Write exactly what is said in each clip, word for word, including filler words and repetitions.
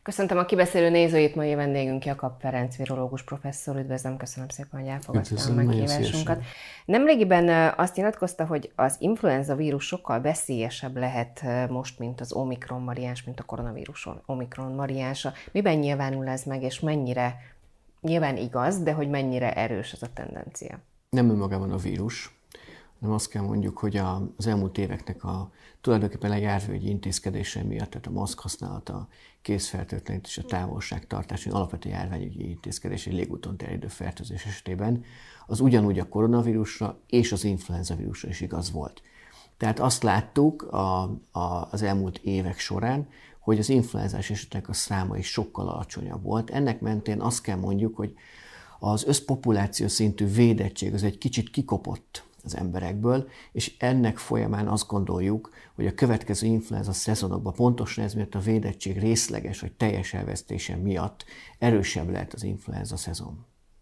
Köszöntöm a kibeszélő nézőit, mai vendégünk Jakab Ferenc, virológus professzor. Üdvözlöm, köszönöm szépen, hogy elfogadta a meghívásunkat. Nemrégiben azt nyilatkozta, hogy az influenza vírus sokkal veszélyesebb lehet most, mint az Omikron variáns, mint a koronavírus Omikron variánsa. Miben nyilvánul ez meg, és mennyire, nyilván igaz, de hogy mennyire erős ez a tendencia? Nem önmagában a vírus, hanem azt kell mondjuk, hogy az elmúlt éveknek a tulajdonképpen a járványügyi intézkedése miatt, tehát a maszk használata, a kézfertőtlenítés, a távolságtartás, alapvető járványügyi intézkedés egy légúton terjedő fertőzés esetében, az ugyanúgy a koronavírusra és az influenza vírusra is igaz volt. Tehát azt láttuk a, a, az elmúlt évek során, hogy az influenzás esetek a száma is sokkal alacsonyabb volt. Ennek mentén azt kell mondjuk, hogy az összpopuláció szintű védettség az egy kicsit kikopott az emberekből, és ennek folyamán azt gondoljuk, hogy a következő influenza szezonokban pontosan ez miatt a védettség részleges vagy teljes elvesztése miatt erősebb lehet az influenza szezon.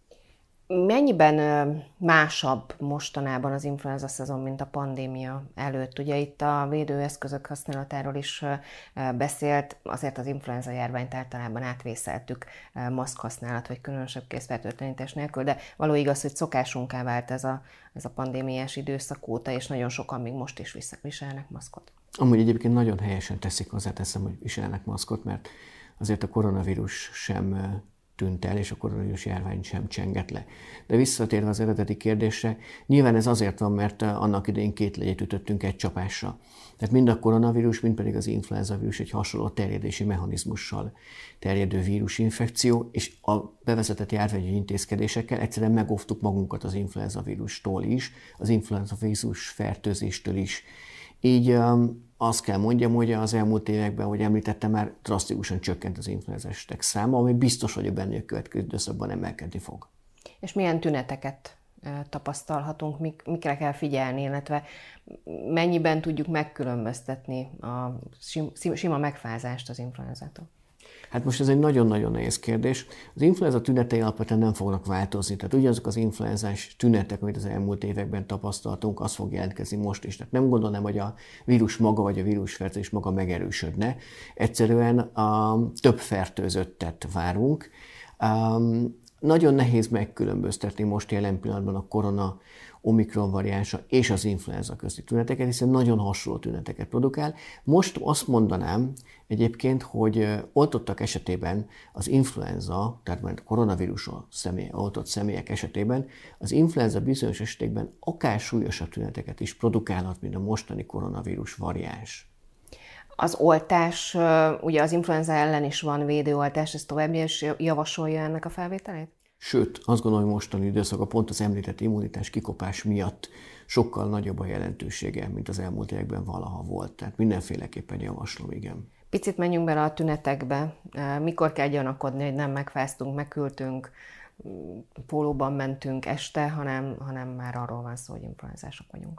Mennyiben másabb mostanában az influenza szezon, mint a pandémia előtt? Ugye itt a védőeszközök használatáról is beszélt, azért az influenza járványt általában átvészeltük maszk használat, vagy különösebb kézfertőtlenítés nélkül, de való igaz, hogy szokásunká vált ez a, ez a pandémiás időszak óta, és nagyon sokan még most is viselnek maszkot. Amúgy egyébként nagyon helyesen teszik, hozzáteszem, hogy viselnek maszkot, mert azért a koronavírus sem tűnt el, és a koronavírus járvány sem csengett le. De visszatérve az eredeti kérdésre, nyilván ez azért van, mert annak idején két legyet ütöttünk egy csapásra. Tehát mind a koronavírus, mind pedig az influenza vírus egy hasonló terjedési mechanizmussal terjedő vírusinfekció, és a bevezetett járványi intézkedésekkel egyszerűen megóvtuk magunkat az influenza vírustól is, az influenza vírus fertőzéstől is. Így azt kell mondjam, hogy az elmúlt években, ahogy említettem, már drasztikusan csökkent az influenza esetek száma, ami biztos vagyok benne, hogy a következő időszakban emelkedni fog. És milyen tüneteket tapasztalhatunk, mik, mikre kell figyelni, illetve mennyiben tudjuk megkülönböztetni a sima megfázást az influenzától? Hát most ez egy nagyon-nagyon nehéz kérdés. Az influenza tünetei alapvetően nem fognak változni. Tehát ugyanazok az influenzás tünetek, amit az elmúlt években tapasztaltunk, az fog jelentkezni most is. Tehát nem gondolnám, hogy a vírus maga vagy a vírusfertőzés maga megerősödne. Egyszerűen a több fertőzöttet várunk. Um, nagyon nehéz megkülönböztetni most jelen pillanatban a korona Omikron variánsa és az influenza közti tüneteket, hiszen nagyon hasonló tüneteket produkál. Most azt mondanám egyébként, hogy oltottak esetében az influenza, tehát a koronavírusról személy, oltott személyek esetében, az influenza bizonyos esetekben akár súlyosabb tüneteket is produkálhat, mint a mostani koronavírus variáns. Az oltás, ugye az influenza ellen is van védőoltás, ez továbbra is javasolja ennek a felvételét? Sőt, azt gondolom, hogy mostani időszak pont az említett immunitás kikopás miatt sokkal nagyobb a jelentősége, mint az elmúlt években valaha volt. Tehát mindenféleképpen javaslom, igen. Picit menjünk bele a tünetekbe. Mikor kell gyanakodni, hogy nem megfáztunk, megküldtünk, pólóban mentünk este, hanem, hanem már arról van szó, hogy influenzások vagyunk?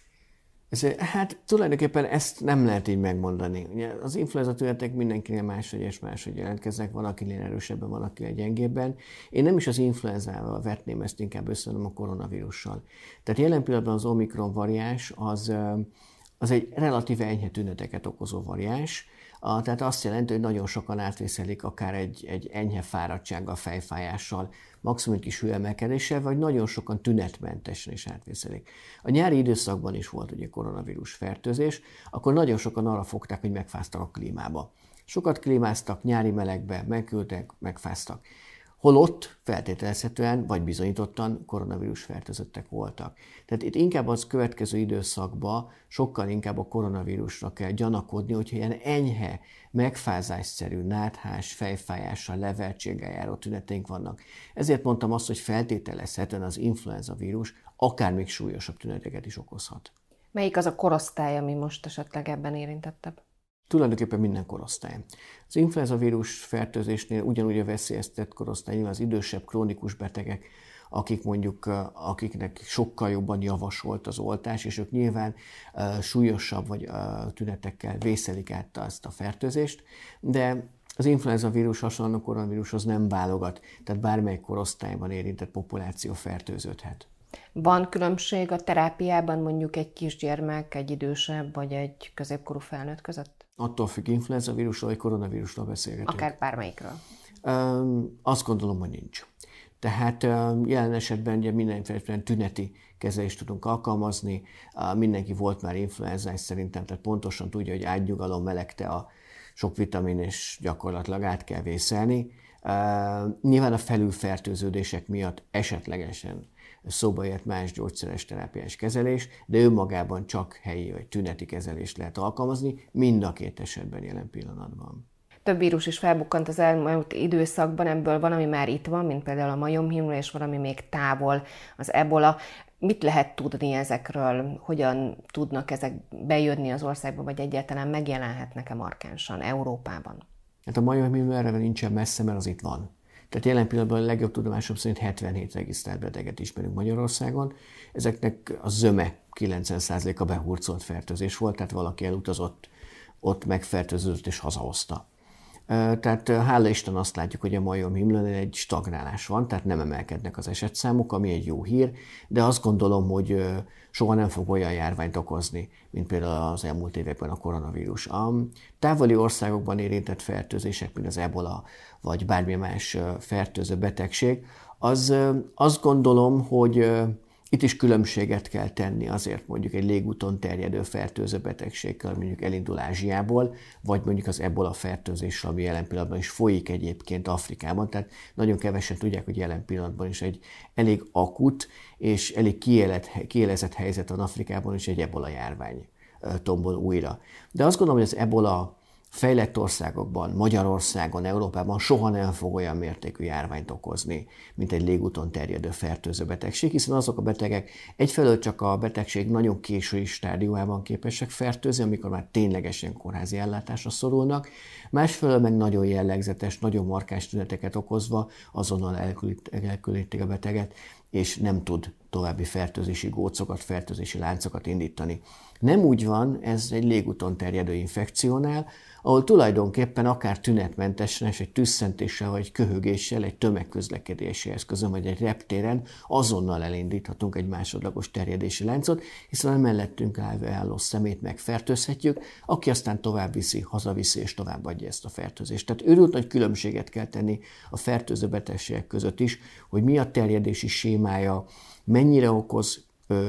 Ez, hát tulajdonképpen ezt nem lehet így megmondani. Ugye az influenza tünetek mindenkinél máshogy és máshogy jelentkeznek, van akinél erősebben, van akinél gyengébben. Én nem is az influenzával vetném ezt inkább össze, hanem a koronavírussal. Tehát jelen pillanatban az Omikron variáns az, az egy relatíve enyhe tüneteket okozó variáns, tehát azt jelenti, hogy nagyon sokan átvészelik akár egy, egy enyhe fáradtsággal, fejfájással, maximum egy kis hőemelkedéssel, vagy nagyon sokan tünetmentesen is átvészelik. A nyári időszakban is volt ugye koronavírus fertőzés, akkor nagyon sokan arra fogták, hogy megfáztak a klímába. Sokat klímáztak, nyári melegbe, megküldtek, megfáztak. Holott feltételezhetően, vagy bizonyítottan koronavírus fertőzöttek voltak. Tehát itt inkább az következő időszakban sokkal inkább a koronavírusra kell gyanakodni, hogyha ilyen enyhe, megfázásszerű, náthás, fejfájással, levertséggel járó tüneteink vannak. Ezért mondtam azt, hogy feltételezhetően az influenza vírus akár még súlyosabb tüneteket is okozhat. Melyik az a korosztály, ami most esetleg ebben érintettebb? Tulajdonképpen minden korosztály. Az influenza vírus fertőzésnél ugyanúgy a veszélyeztetett korosztály, nyilván az idősebb krónikus betegek, akik mondjuk, akiknek sokkal jobban javasolt az oltás, és ők nyilván uh, súlyosabb vagy uh, tünetekkel vészelik át ezt a fertőzést, de az influenza vírus hasonló koronavírushoz nem válogat, tehát bármely korosztályban érintett populáció fertőződhet. Van különbség a terápiában mondjuk egy kisgyermek, egy idősebb vagy egy középkorú felnőtt között? Attól függ, influenza vírusról vagy koronavírusról beszélgetünk. Akár bármelyikről. Um, azt gondolom, hogy nincs. Tehát um, jelen esetben ugye mindenféle tüneti kezelést tudunk alkalmazni. Uh, mindenki volt már influenzás szerintem, tehát pontosan tudja, hogy ágynyugalom, melegte a sok vitamin, és gyakorlatilag át kell vészelni. Uh, nyilván a felülfertőződések miatt esetlegesen szóba jött más gyógyszeres terápiás kezelés, de önmagában csak helyi vagy tüneti kezelést lehet alkalmazni, mind a két esetben jelen pillanatban. Több vírus is felbukkant az elmúlt időszakban, ebből valami már itt van, mint például a majomhimlő, és valami még távol, az ebola. Mit lehet tudni ezekről? Hogyan tudnak ezek bejönni az országba, vagy egyáltalán megjelenhetnek-e markánsan Európában? Hát a majomhimlő erre nincsen messze, mert az itt van. Tehát jelen pillanatban a legjobb tudomásom szerint hetvenhét regisztrált beteget ismerünk Magyarországon. Ezeknek a zöme kilencven százaléka behurcolt fertőzés volt, tehát valaki elutazott, ott megfertőződött és hazahozta. Tehát hála Isten azt látjuk, hogy a majomhimlőnél egy stagnálás van, tehát nem emelkednek az esetszámok, ami egy jó hír, de azt gondolom, hogy soha nem fog olyan járványt okozni, mint például az elmúlt években a koronavírus. A távoli országokban érintett fertőzések, mint az ebola, vagy bármilyen más fertőző betegség, az azt gondolom, hogy itt is különbséget kell tenni azért mondjuk egy légúton terjedő fertőző betegséggel, mondjuk elindul Ázsiából, vagy mondjuk az ebola fertőzéssel, ami jelen pillanatban is folyik egyébként Afrikában. Tehát nagyon kevesen tudják, hogy jelen pillanatban is egy elég akut és elég kiélezett helyzet van Afrikában, és egy ebola járvány tombol újra. De azt gondolom, hogy az ebola fejlett országokban, Magyarországon, Európában soha nem fog olyan mértékű járványt okozni, mint egy légúton terjedő fertőző betegség, hiszen azok a betegek egyfelől csak a betegség nagyon késői stádiumában képesek fertőzni, amikor már ténylegesen kórházi ellátásra szorulnak, másfelől meg nagyon jellegzetes, nagyon markáns tüneteket okozva azonnal elkülönítik a beteget, és nem tud további fertőzési gócokat, fertőzési láncokat indítani. Nem úgy van ez egy légúton terjedő infekciónál, ahol tulajdonképpen akár tünetmentesen, és egy tüsszentéssel, vagy köhögéssel, egy tömegközlekedési eszközön, vagy egy reptéren azonnal elindíthatunk egy másodlagos terjedési láncot, hiszen a mellettünk álló szemét megfertőzhetjük, aki aztán tovább viszi, hazaviszi, és továbbadja ezt a fertőzést. Tehát őrült nagy különbséget kell tenni a fertőző betegségek között is, hogy mi a terjedési sémája, mennyire okoz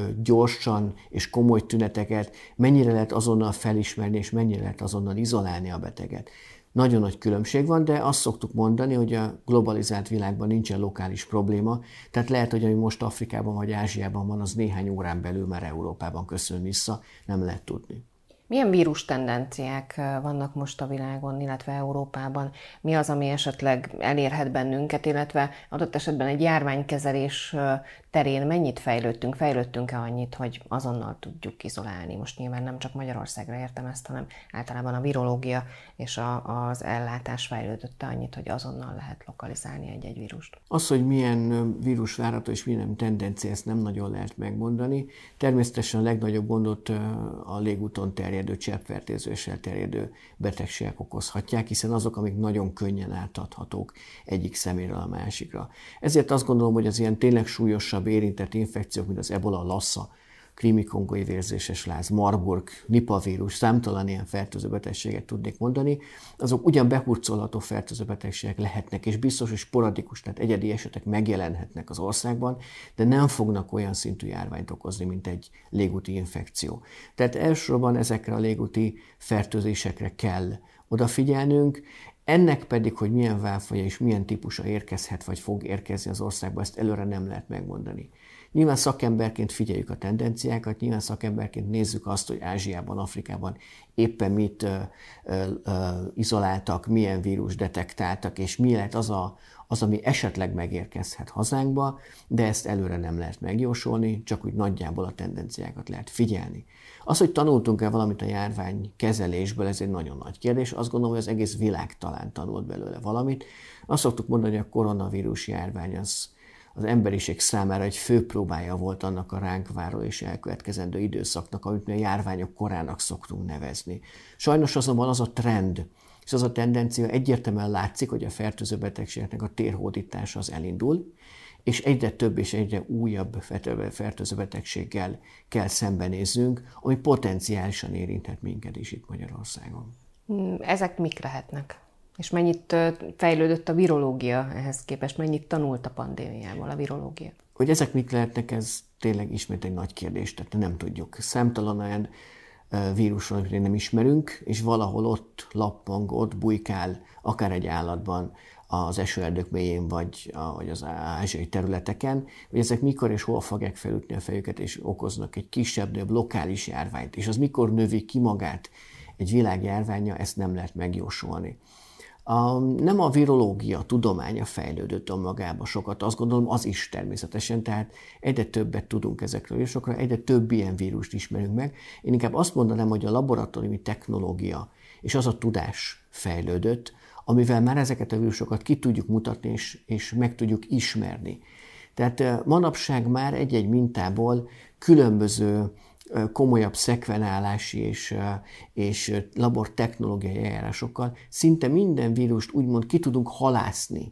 gyorsan és komoly tüneteket, mennyire lehet azonnal felismerni, és mennyire lehet azonnal izolálni a beteget. Nagyon nagy különbség van, de azt szoktuk mondani, hogy a globalizált világban nincsen lokális probléma, tehát lehet, hogy ami most Afrikában vagy Ázsiában van, az néhány órán belül már Európában köszön vissza, nem lehet tudni. Milyen vírus tendenciák vannak most a világon, illetve Európában? Mi az, ami esetleg elérhet bennünket, illetve adott esetben egy járványkezelés terén mennyit fejlődtünk? Fejlődtünk-e annyit, hogy azonnal tudjuk izolálni? Most nyilván nem csak Magyarországra értem ezt, hanem általában a virológia és a, az ellátás fejlődött annyit, hogy azonnal lehet lokalizálni egy-egy vírust. Az, hogy milyen vírus várható és milyen tendencia, ezt nem nagyon lehet megmondani. Természetesen a legnagyobb gondot a légúton terjedő, cseppfertőzéssel terjedő betegségek okozhatják, hiszen azok, amik nagyon könnyen átadhatók egyik szeméről a másikra. Ezért azt gondolom, hogy az ilyen tényleg súlyosabb érintett infekciók, mint az ebola, lassa, krími-kongói vérzéses láz, Marburg, Nipah vírus, számtalan ilyen fertőző betegséget tudnék mondani, azok ugyan behurcolható fertőző betegségek lehetnek, és biztos, hogy sporadikus, tehát egyedi esetek megjelenhetnek az országban, de nem fognak olyan szintű járványt okozni, mint egy légúti infekció. Tehát elsősorban ezekre a légúti fertőzésekre kell odafigyelnünk, ennek pedig, hogy milyen válfaja és milyen típusa érkezhet, vagy fog érkezni az országba, ezt előre nem lehet megmondani. Nyilván szakemberként figyeljük a tendenciákat, nyilván szakemberként nézzük azt, hogy Ázsiában, Afrikában éppen mit ö, ö, ö, izoláltak, milyen vírus detektáltak, és mi lehet az, a, az, ami esetleg megérkezhet hazánkba, de ezt előre nem lehet megjósolni, csak úgy nagyjából a tendenciákat lehet figyelni. Az, hogy tanultunk-e valamit a járvány kezelésből, ez egy nagyon nagy kérdés. Azt gondolom, hogy az egész világ talán tanult belőle valamit. Azt szoktuk mondani, hogy a koronavírus járvány az az emberiség számára egy fő próbája volt annak a ránk váró és elkövetkezendő időszaknak, amit mi a járványok korának szoktunk nevezni. Sajnos azonban az a trend, és az a tendencia egyértelműen látszik, hogy a fertőző betegségeknek a térhódítása az elindul, és egyre több és egyre újabb fertőző betegséggel kell szembenézzünk, ami potenciálisan érinthet minket is itt Magyarországon. Ezek mik lehetnek? És mennyit fejlődött a virológia ehhez képest? Mennyit tanult a pandémiából a virológia? Hogy ezek mik lehetnek, ez tényleg ismét egy nagy kérdés, tehát nem tudjuk. Számtalan olyan vírusról, amit nem ismerünk, és valahol ott lappang, ott bujkál, akár egy állatban, az esőerdők mélyén, vagy, vagy az ázsiai területeken, hogy ezek mikor és hol fogják felütni a fejüket, és okoznak egy kisebb-nagyobb lokális járványt. És az mikor növi ki magát egy világjárványa, ezt nem lehet megjósolni. A, nem a virológia tudománya fejlődött önmagába sokat, azt gondolom az is természetesen, tehát egyre többet tudunk ezekről a vírusokról, egyre több ilyen vírust ismerünk meg. Én inkább azt mondanám, hogy a laboratóriumi technológia és az a tudás fejlődött, amivel már ezeket a vírusokat ki tudjuk mutatni és, és meg tudjuk ismerni. Tehát manapság már egy-egy mintából különböző komolyabb szekvenálási és, és labortechnológiai eljárásokkal szinte minden vírust úgymond ki tudunk halászni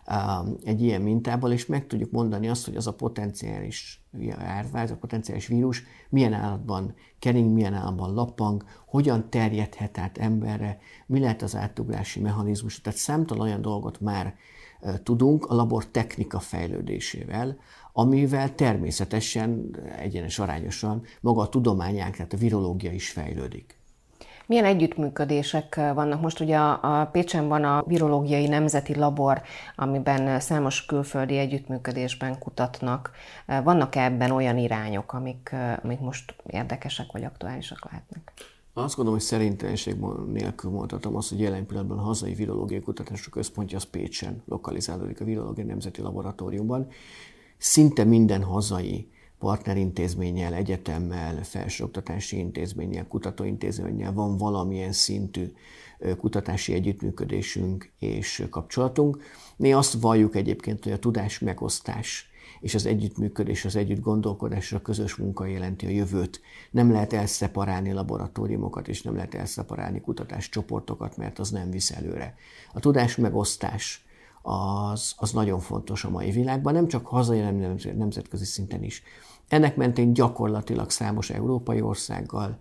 egy ilyen mintából, és meg tudjuk mondani azt, hogy az a potenciális járvány, az a potenciális vírus milyen állatban kering, milyen állatban lappang, hogyan terjedhet át emberre, mi lehet az átugrási mechanizmus. Tehát számtalan olyan dolgot már tudunk a labortechnika fejlődésével, amivel természetesen egyenes arányosan maga a tudományánk, tehát a virológia is fejlődik. Milyen együttműködések vannak? Most ugye a, a Pécsen van a Virológiai Nemzeti Labor, amiben számos külföldi együttműködésben kutatnak. Vannak ebben olyan irányok, amik, amik most érdekesek vagy aktuálisak lehetnek? Azt gondolom, hogy szerintelenség nélkül mondhatom azt, hogy jelen pillanatban a hazai virológiai kutatások központja az Pécsen lokalizálódik a Virológiai Nemzeti Laboratóriumban. Szinte minden hazai partnerintézménnyel, egyetemmel, felsőoktatási intézménnyel, kutatóintézménnyel van valamilyen szintű kutatási együttműködésünk és kapcsolatunk. Mi azt valljuk egyébként, hogy a tudás megosztás és az együttműködés, az együtt gondolkodás, a közös munka jelenti a jövőt. Nem lehet elszeparálni laboratóriumokat, és nem lehet elszeparálni kutatáscsoportokat, mert az nem visz előre. A tudás megosztás az, az nagyon fontos a mai világban, nem csak hazai, hanem nemzetközi szinten is. Ennek mentén gyakorlatilag számos európai országgal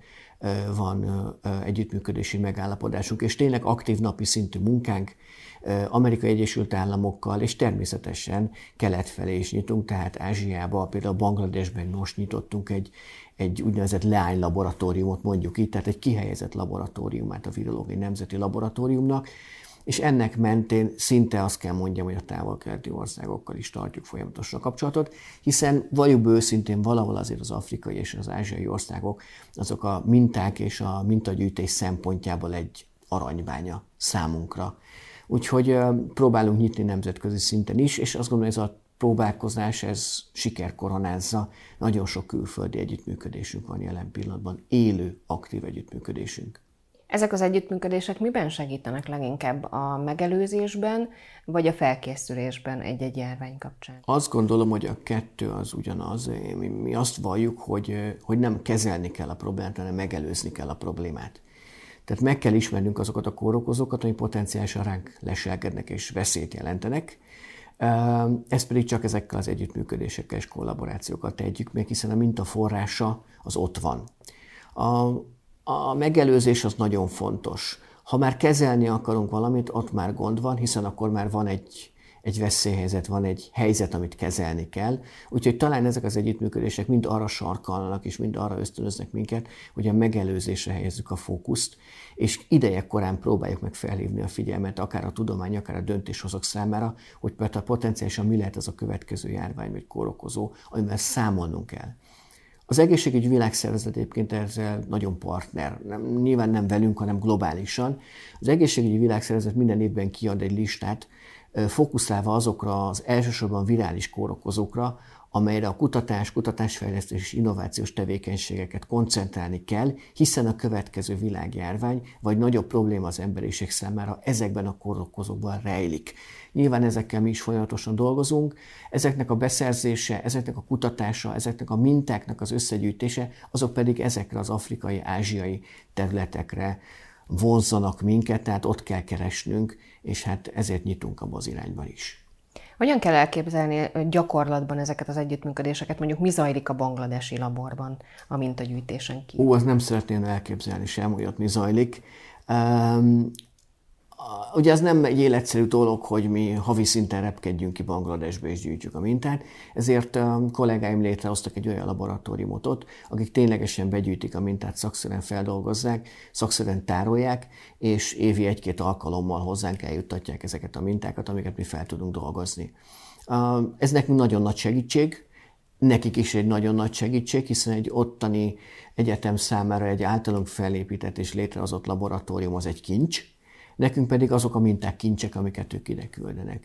van együttműködési megállapodásunk, és tényleg aktív napi szintű munkánk Amerikai Egyesült Államokkal, és természetesen kelet felé is nyitunk, tehát Ázsiába, például Bangladesben most nyitottunk egy, egy úgynevezett leánylaboratóriumot, mondjuk így, tehát egy kihelyezett laboratóriumát a Virológiai Nemzeti Laboratóriumnak, és ennek mentén szinte azt kell mondjam, hogy a távol-keleti országokkal is tartjuk folyamatosan a kapcsolatot, hiszen valljuk be őszintén, valahol azért az afrikai és az ázsiai országok azok a minták és a mintagyűjtés szempontjából egy aranybánya számunkra. Úgyhogy próbálunk nyitni nemzetközi szinten is, és azt gondolom, hogy ez a próbálkozás, ez sikerkoronázza. Nagyon sok külföldi együttműködésünk van jelen pillanatban, élő, aktív együttműködésünk. Ezek az együttműködések miben segítenek leginkább, a megelőzésben, vagy a felkészülésben egy-egy járvány kapcsán? Azt gondolom, hogy a kettő az ugyanaz. Mi, mi azt valljuk, hogy, hogy nem kezelni kell a problémát, hanem megelőzni kell a problémát. Tehát meg kell ismernünk azokat a kórokozókat, ami potenciálisan ránk leselkednek és veszélyt jelentenek. Ezt pedig csak ezekkel az együttműködésekkel és kollaborációkkal tegyük meg, hiszen a minta forrása az ott van. A, A megelőzés az nagyon fontos. Ha már kezelni akarunk valamit, ott már gond van, hiszen akkor már van egy, egy veszélyhelyzet, van egy helyzet, amit kezelni kell. Úgyhogy talán ezek az együttműködések mind arra sarkalnak, és mind arra ösztönöznek minket, hogy a megelőzésre helyezzük a fókuszt, és idejekkorán próbáljuk meg felhívni a figyelmet, akár a tudomány, akár a döntéshozók számára, hogy például potenciálisan mi lehet az a következő járvány vagy kórokozó, amivel számolnunk kell. Az Egészségügyi Világszervezet egyébként ezzel nagyon partner, nem, nyilván nem velünk, hanem globálisan. Az Egészségügyi Világszervezet minden évben kiad egy listát, fókuszálva azokra az elsősorban virális kórokozókra, amelyre a kutatás, kutatásfejlesztés és innovációs tevékenységeket koncentrálni kell, hiszen a következő világjárvány vagy nagyobb probléma az emberiség számára ezekben a kórokozókban rejlik. Nyilván ezekkel mi is folyamatosan dolgozunk, ezeknek a beszerzése, ezeknek a kutatása, ezeknek a mintáknak az összegyűjtése, azok pedig ezekre az afrikai, ázsiai területekre vonzzanak minket, tehát ott kell keresnünk, és hát ezért nyitunk abba az irányban is. Hogyan kell elképzelni gyakorlatban ezeket az együttműködéseket? Mondjuk mi zajlik a bangladesi laborban a mintagyűjtésen kívül? Ó, azt nem szeretném elképzelni sem, hogy ott mi zajlik. Um, Ugye az nem egy életszerű dolog, hogy mi havi szinten repkedjünk ki Bangladesbe és gyűjtjük a mintát, ezért a kollégáim létrehoztak egy olyan laboratóriumot ott, akik ténylegesen begyűjtik a mintát, szakszerűen feldolgozzák, szakszerűen tárolják, és évi egy-két alkalommal hozzánk eljuttatják ezeket a mintákat, amiket mi fel tudunk dolgozni. Ez nekünk nagyon nagy segítség, nekik is egy nagyon nagy segítség, hiszen egy ottani egyetem számára egy általunk felépített és létrehozott laboratórium az egy kincs, nekünk pedig azok a minták kincsek, amiket ők ide küldenek.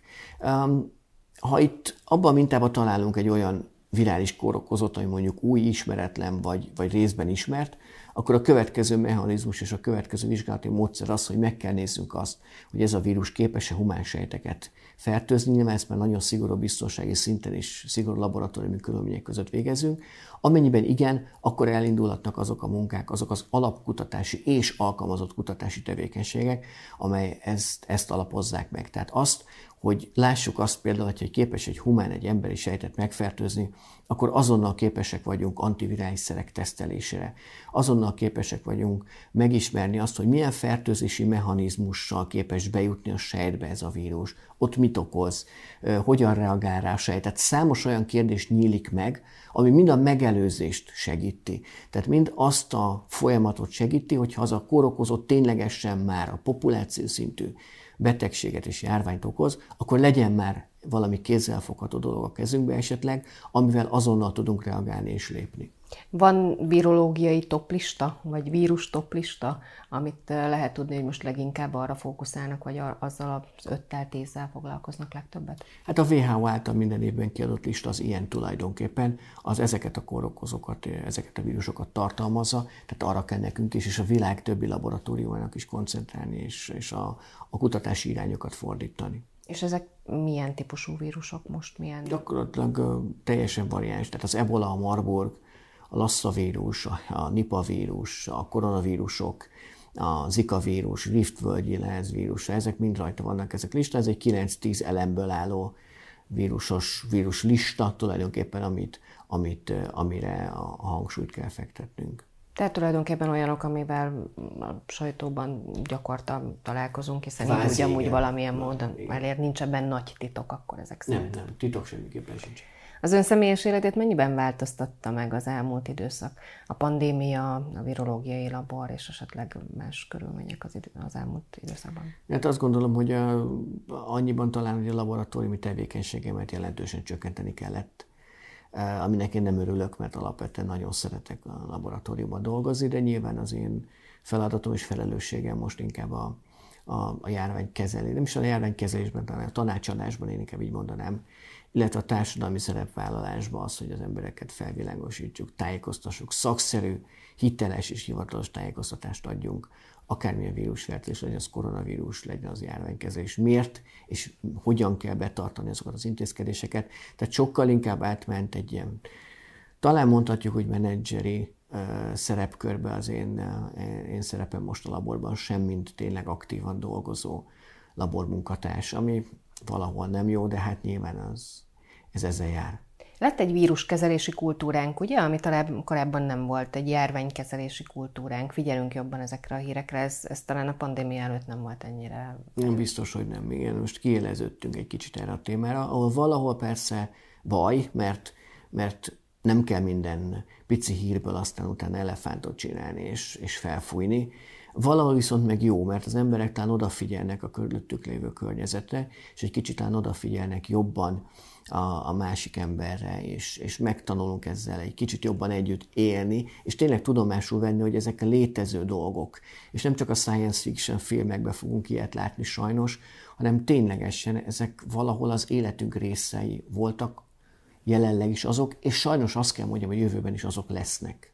Ha itt abban a mintában találunk egy olyan virális kórokozót, ami mondjuk új, ismeretlen vagy, vagy részben ismert, akkor a következő mechanizmus és a következő vizsgálati módszer az, hogy meg kell nézzünk azt, hogy ez a vírus képes-e humán sejteket fertőzni. Nyilván ezt már nagyon szigorú biztonsági szinten és szigorú laboratóriumi körülmények között végezünk. Amennyiben igen, akkor elindulhatnak azok a munkák, azok az alapkutatási és alkalmazott kutatási tevékenységek, amely ezt, ezt alapozzák meg. Tehát azt, hogy lássuk azt például, hogy képes egy humán, egy emberi sejtet megfertőzni, akkor azonnal képesek vagyunk antivirális szerek tesztelésére. Azonnal képesek vagyunk megismerni azt, hogy milyen fertőzési mechanizmussal képes bejutni a sejtbe ez a vírus, ott mit okoz, hogyan reagál rá a sejt. Tehát számos olyan kérdés nyílik meg, ami mind a megelőzést segíti. Tehát mind azt a folyamatot segíti, hogyha az a kórokozó ténylegesen már a populáció szintű betegséget és járványt okoz, akkor legyen már valami kézzelfogható dolog a kezünkbe esetleg, amivel azonnal tudunk reagálni és lépni. Van virológiai toplista, vagy vírus toplista, amit lehet tudni, hogy most leginkább arra fókuszálnak, vagy azzal az öttel, tízzel foglalkoznak legtöbbet? Hát a dupla vé há o által minden évben kiadott lista az ilyen tulajdonképpen, az ezeket a kórokozókat, ezeket a vírusokat tartalmazza, tehát arra kell nekünk is, és a világ többi laboratóriumának is koncentrálni, és, és a, a kutatási irányokat fordítani. És ezek milyen típusú vírusok most? Milyen? Gyakorlatilag teljesen variáns, tehát az ebola, a Marburg, a Lassa vírus, a Nipah vírus, a koronavírusok, a Zika vírus, Rift-völgyi lehez vírus, ezek mind rajta vannak ezek lista. Ez egy kilenc-tíz elemből álló vírusos vírus lista tulajdonképpen, amit, amit, amire a hangsúlyt kell fektetnünk. Tehát tulajdonképpen olyanok, amivel a sajtóban gyakorta találkozunk, hiszen Vázi, így ugyanúgy igen. valamilyen módon elér, nincs ebben nagy titok akkor ezek szerint. Nem, nem, titok semmiképpen sincs. Az ön személyes életét mennyiben változtatta meg az elmúlt időszak? A pandémia, a virológiai labor és esetleg más körülmények az, idő, az elmúlt időszakban? Hát azt gondolom, hogy a, annyiban talán, hogy a laboratóriumi tevékenységemet jelentősen csökkenteni kellett, aminek én nem örülök, mert alapvetően nagyon szeretek a laboratóriumban dolgozni, de nyilván az én feladatom és felelősségem most inkább a, a, a járványkezelés, nem is a járványkezelésben, hanem a tanácsadásban, én inkább így mondanám, illetve a társadalmi szerepvállalásban az, hogy az embereket felvilágosítsuk, tájékoztassuk, szakszerű, hiteles és hivatalos tájékoztatást adjunk, akármilyen vírusfertőzés, legyen az koronavírus, legyen az járványkezelés, miért és hogyan kell betartani azokat az intézkedéseket. Tehát sokkal inkább átment egy ilyen, talán mondhatjuk, hogy menedzseri uh, szerepkörbe az én, uh, én szerepem most a laborban, sem mint tényleg aktívan dolgozó labormunkatárs, ami valahol nem jó, de hát nyilván az, ez ezzel jár. Lett egy víruskezelési kultúránk, ugye, ami talán korábban nem volt, egy járványkezelési kultúránk. Figyelünk jobban ezekre a hírekre, ez, ez talán a pandémia előtt nem volt ennyire. Nem biztos, hogy nem. Igen, most kiéleződtünk egy kicsit erre a témára, ahol valahol persze baj, mert, mert nem kell minden pici hírből aztán utána elefántot csinálni és, és felfújni. Valahol viszont meg jó, mert az emberek talán odafigyelnek a körülöttük lévő környezetre, és egy kicsit talán odafigyelnek jobban a, a másik emberre, és, és megtanulunk ezzel egy kicsit jobban együtt élni, és tényleg tudomásul venni, hogy ezek a létező dolgok. És nem csak a science fiction filmekben fogunk ilyet látni sajnos, hanem ténylegesen ezek valahol az életünk részei voltak, jelenleg is azok, és sajnos azt kell mondjam, hogy jövőben is azok lesznek.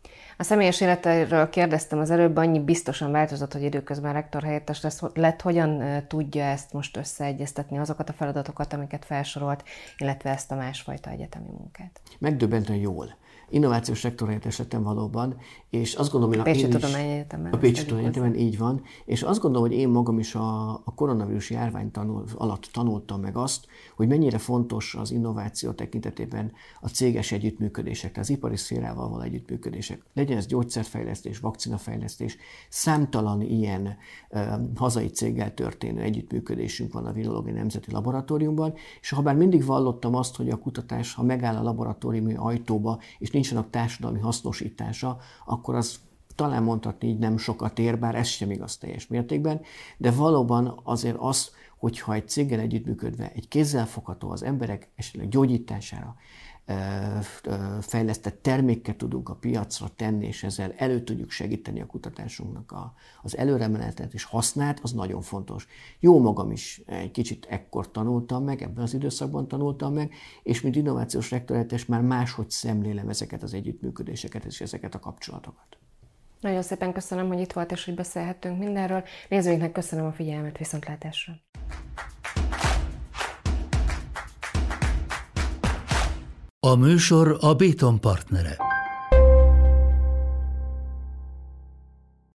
A személyes életéről kérdeztem az előbb, annyi biztosan változott, hogy időközben rektor helyettes lesz, lett, hogyan tudja ezt most összeegyeztetni, azokat a feladatokat, amiket felsorolt, illetve ezt a másfajta egyetemi munkát? Megdöbbentően jól. innovációs rektorhelyettes lettem valóban, és azt gondolom, hogy a Pécsi Tudományegyetemen. A Pécsi Tudományegyetemen, így van, és azt gondolom, hogy én magam is a, a koronavírus járvány tanul, alatt tanultam meg azt, hogy mennyire fontos az innováció tekintetében a céges együttműködések, az ipari szférával való együttműködések. Legyen ez gyógyszerfejlesztés, vakcinafejlesztés, számtalan ilyen uh, hazai céggel történő együttműködésünk van a Virológiai Nemzeti Laboratóriumban, és ha bár mindig vallottam azt, hogy a kutatás, ha megáll a laboratóriumi ajtóba, és nincsenek társadalmi hasznosítása, akkor az talán mondhatni így nem sokat ér, bár ez sem igaz teljes mértékben, de valóban azért az, hogyha egy céggel együttműködve egy kézzelfogható az emberek esetleg gyógyítására fejlesztett terméket tudunk a piacra tenni, és ezzel elő tudjuk segíteni a kutatásunknak a, az előremenetet és hasznát, az nagyon fontos. Jó magam is egy kicsit ekkor tanultam meg, ebben az időszakban tanultam meg, és mint innovációs rektorhelyettes már máshogy szemlélem ezeket az együttműködéseket és ezeket a kapcsolatokat. Nagyon szépen köszönöm, hogy itt volt, és hogy beszélhettünk mindenről. Nézőinknek köszönöm a figyelmet, viszontlátásra! A műsor a Béton partnere.